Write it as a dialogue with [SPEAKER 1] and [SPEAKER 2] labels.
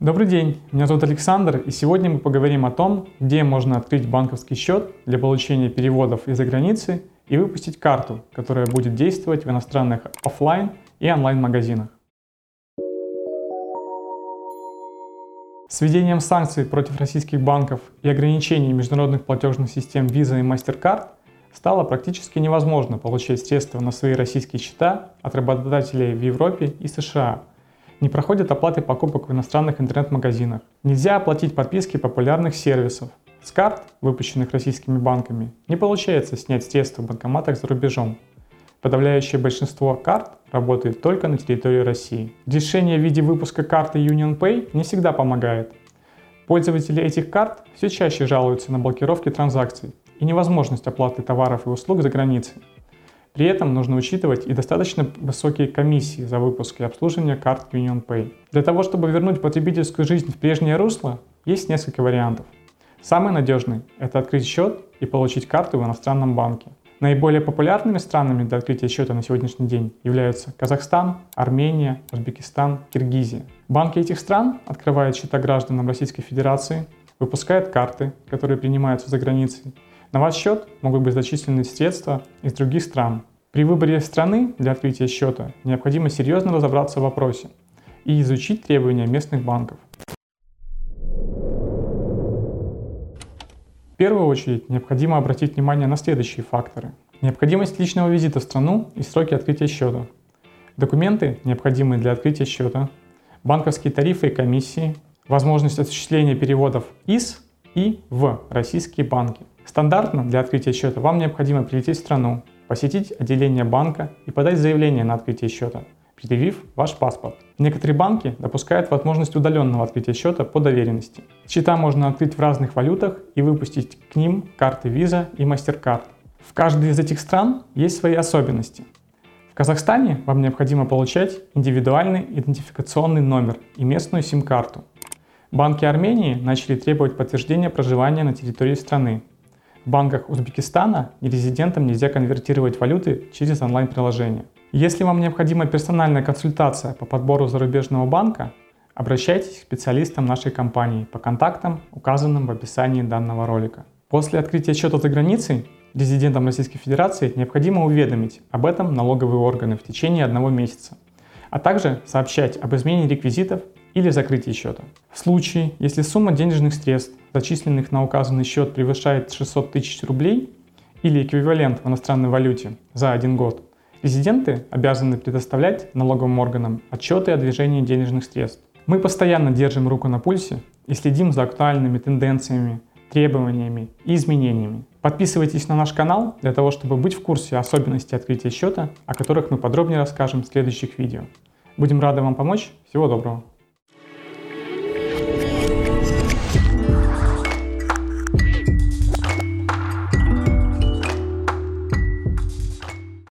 [SPEAKER 1] Добрый день, меня зовут Александр, и сегодня мы поговорим о том, где можно открыть банковский счет для получения переводов из-за границы и выпустить карту, которая будет действовать в иностранных офлайн и онлайн-магазинах. С введением санкций против российских банков и ограничений международных платежных систем Visa и MasterCard стало практически невозможно получать средства на свои российские счета от работодателей в Европе и США. Не проходят оплаты покупок в иностранных интернет-магазинах. Нельзя оплатить подписки популярных сервисов. С карт, выпущенных российскими банками, не получается снять средства в банкоматах за рубежом. Подавляющее большинство карт работает только на территории России. Решение в виде выпуска карты UnionPay не всегда помогает. Пользователи этих карт все чаще жалуются на блокировки транзакций и невозможность оплаты товаров и услуг за границей. При этом нужно учитывать и достаточно высокие комиссии за выпуск и обслуживание карт UnionPay. Для того, чтобы вернуть потребительскую жизнь в прежнее русло, есть несколько вариантов. Самый надежный – это открыть счет и получить карту в иностранном банке. Наиболее популярными странами для открытия счета на сегодняшний день являются Казахстан, Армения, Узбекистан, Киргизия. Банки этих стран открывают счета гражданам Российской Федерации, выпускают карты, которые принимаются за границей. На ваш счет могут быть зачислены средства из других стран. При выборе страны для открытия счета необходимо серьезно разобраться в вопросе и изучить требования местных банков. В первую очередь необходимо обратить внимание на следующие факторы. Необходимость личного визита в страну и сроки открытия счета. Документы, необходимые для открытия счета. Банковские тарифы и комиссии. Возможность осуществления переводов из и в российские банки. Стандартно для открытия счета вам необходимо прилететь в страну, посетить отделение банка и подать заявление на открытие счета, предъявив ваш паспорт. Некоторые банки допускают возможность удаленного открытия счета по доверенности. Счета можно открыть в разных валютах и выпустить к ним карты Visa и MasterCard. В каждой из этих стран есть свои особенности. В Казахстане вам необходимо получать индивидуальный идентификационный номер и местную сим-карту. Банки Армении начали требовать подтверждения проживания на территории страны. В банках Узбекистана нерезидентам нельзя конвертировать валюты через онлайн-приложение. Если вам необходима персональная консультация по подбору зарубежного банка, обращайтесь к специалистам нашей компании по контактам, указанным в описании данного ролика. После открытия счета за границей резидентам Российской Федерации необходимо уведомить об этом налоговые органы в течение 1 месяца, а также сообщать об измене реквизитов или закрытии счета. В случае, если сумма денежных средств, зачисленных на указанный счет, превышает 600 тысяч рублей или эквивалент в иностранной валюте за 1 год, резиденты обязаны предоставлять налоговым органам отчеты о движении денежных средств. Мы постоянно держим руку на пульсе и следим за актуальными тенденциями, требованиями и изменениями. Подписывайтесь на наш канал для того, чтобы быть в курсе особенностей открытия счета, о которых мы подробнее расскажем в следующих видео. Будем рады вам помочь. Всего доброго!